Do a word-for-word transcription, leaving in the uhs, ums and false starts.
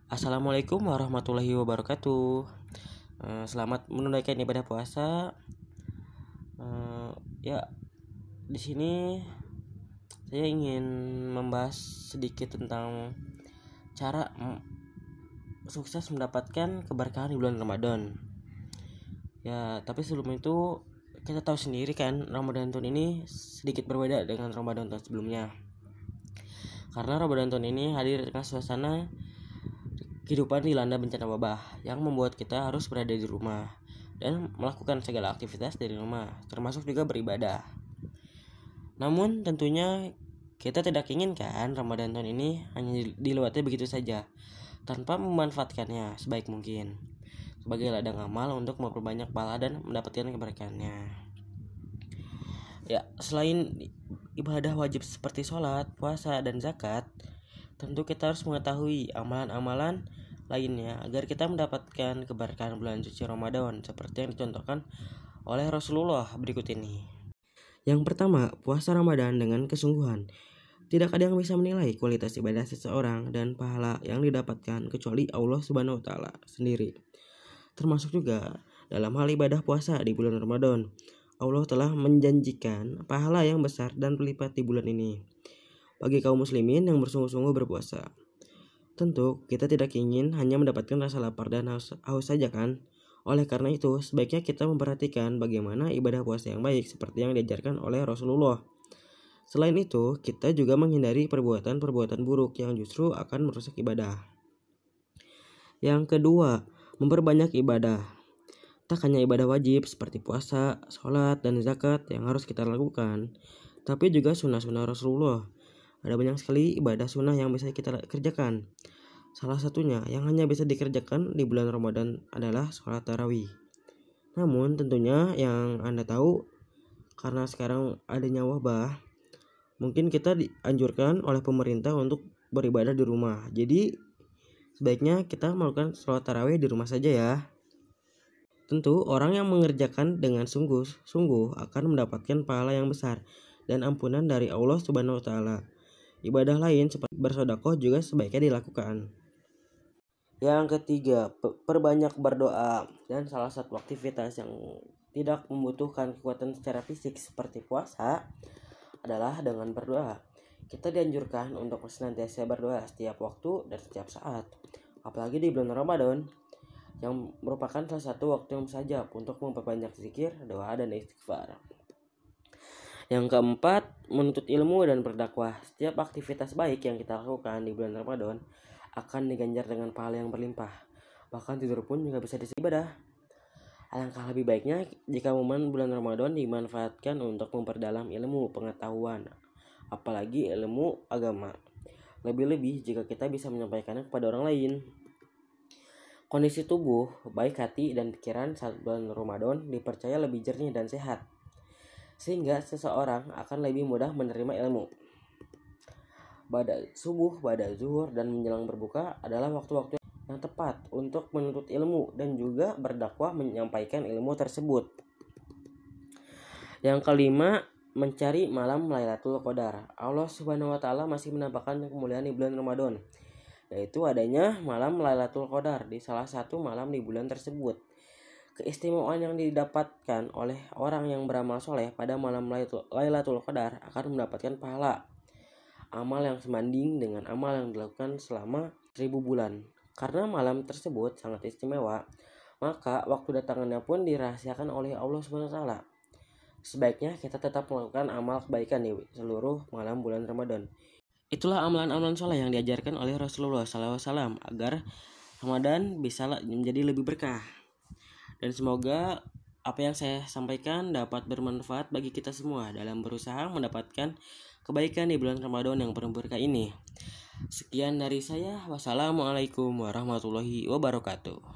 Assalamualaikum warahmatullahi wabarakatuh. Eh, Selamat menunaikan ibadah puasa. Eh, ya, di sini saya ingin membahas sedikit tentang cara mm, sukses mendapatkan keberkahan di bulan Ramadan. Ya, tapi sebelum itu kita tahu sendiri kan, Ramadan tahun ini sedikit berbeda dengan Ramadan tahun sebelumnya. Karena Ramadan tahun ini hadir dengan suasana kehidupan dilanda bencana wabah yang membuat kita harus berada di rumah dan melakukan segala aktivitas dari rumah, termasuk juga beribadah. Namun tentunya kita tidak inginkan Ramadan tahun ini hanya dilewati begitu saja, tanpa memanfaatkannya sebaik mungkin sebagai ladang amal untuk memperbanyak pahala dan mendapatkan keberkahannya. Ya, selain ibadah wajib seperti sholat, puasa, dan zakat, tentu kita harus mengetahui amalan-amalan lainnya agar kita mendapatkan keberkahan bulan suci Ramadan seperti yang dicontohkan oleh Rasulullah berikut ini. Yang pertama, puasa Ramadan dengan kesungguhan. Tidak ada yang bisa menilai kualitas ibadah seseorang dan pahala yang didapatkan kecuali Allah Subhanahu wa taala sendiri. Termasuk juga dalam hal ibadah puasa di bulan Ramadan. Allah telah menjanjikan pahala yang besar dan berlipat di bulan ini bagi kaum muslimin yang bersungguh-sungguh berpuasa. Tentu kita tidak ingin hanya mendapatkan rasa lapar dan haus, haus saja kan. Oleh karena itu, sebaiknya kita memperhatikan bagaimana ibadah puasa yang baik seperti yang diajarkan oleh Rasulullah. Selain itu, kita juga menghindari perbuatan-perbuatan buruk yang justru akan merusak ibadah. Yang kedua, memperbanyak ibadah. Tak hanya ibadah wajib seperti puasa, sholat, dan zakat yang harus kita lakukan, tapi juga sunnah-sunnah Rasulullah. Ada banyak sekali ibadah sunnah yang bisa kita kerjakan. Salah satunya yang hanya bisa dikerjakan di bulan Ramadan adalah sholat tarawih. Namun tentunya yang Anda tahu, karena sekarang adanya wabah, mungkin kita dianjurkan oleh pemerintah untuk beribadah di rumah. Jadi sebaiknya kita melakukan sholat tarawih di rumah saja ya. Tentu orang yang mengerjakan dengan sungguh-sungguh akan mendapatkan pahala yang besar dan ampunan dari Allah Subhanahu wa taala. Ibadah lain seperti bersedekah juga sebaiknya dilakukan. Yang ketiga, perbanyak berdoa. Dan salah satu aktivitas yang tidak membutuhkan kekuatan secara fisik seperti puasa adalah dengan berdoa. Kita dianjurkan untuk senantiasa berdoa setiap waktu dan setiap saat, apalagi di bulan Ramadan yang merupakan salah satu waktu yang saja untuk memperbanyak zikir, doa, dan istighfar. Yang keempat, menuntut ilmu dan berdakwah. Setiap aktivitas baik yang kita lakukan di bulan Ramadan akan diganjar dengan pahala yang berlimpah. Bahkan tidur pun juga bisa disebut ibadah. Alangkah lebih baiknya jika momen bulan Ramadan dimanfaatkan untuk memperdalam ilmu pengetahuan, apalagi ilmu agama. Lebih-lebih jika kita bisa menyampaikannya kepada orang lain. Kondisi tubuh, baik hati dan pikiran saat bulan Ramadan dipercaya lebih jernih dan sehat, sehingga seseorang akan lebih mudah menerima ilmu. Pada subuh, pada zuhur, dan menjelang berbuka adalah waktu-waktu yang tepat untuk menuntut ilmu dan juga berdakwah menyampaikan ilmu tersebut. Yang kelima, mencari malam Lailatul Qadar. Allah Subhanahu wa taala masih menampakkan kemuliaan di bulan Ramadan, yaitu adanya malam Lailatul Qadar di salah satu malam di bulan tersebut. Keistimewaan yang didapatkan oleh orang yang beramal soleh pada malam Lailatul Qadar akan mendapatkan pahala amal yang sebanding dengan amal yang dilakukan selama seribu bulan. Karena malam tersebut sangat istimewa, maka waktu datangannya pun dirahasiakan oleh Allah subhanahu wa taala. Sebaiknya kita tetap melakukan amal kebaikan di seluruh malam bulan Ramadan. Itulah amalan-amalan soleh yang diajarkan oleh Rasulullah shallallahu alaihi wasallam agar Ramadan bisa menjadi lebih berkah. Dan semoga apa yang saya sampaikan dapat bermanfaat bagi kita semua dalam berusaha mendapatkan kebaikan di bulan Ramadan yang penuh berkah ini. Sekian dari saya. Wassalamualaikum warahmatullahi wabarakatuh.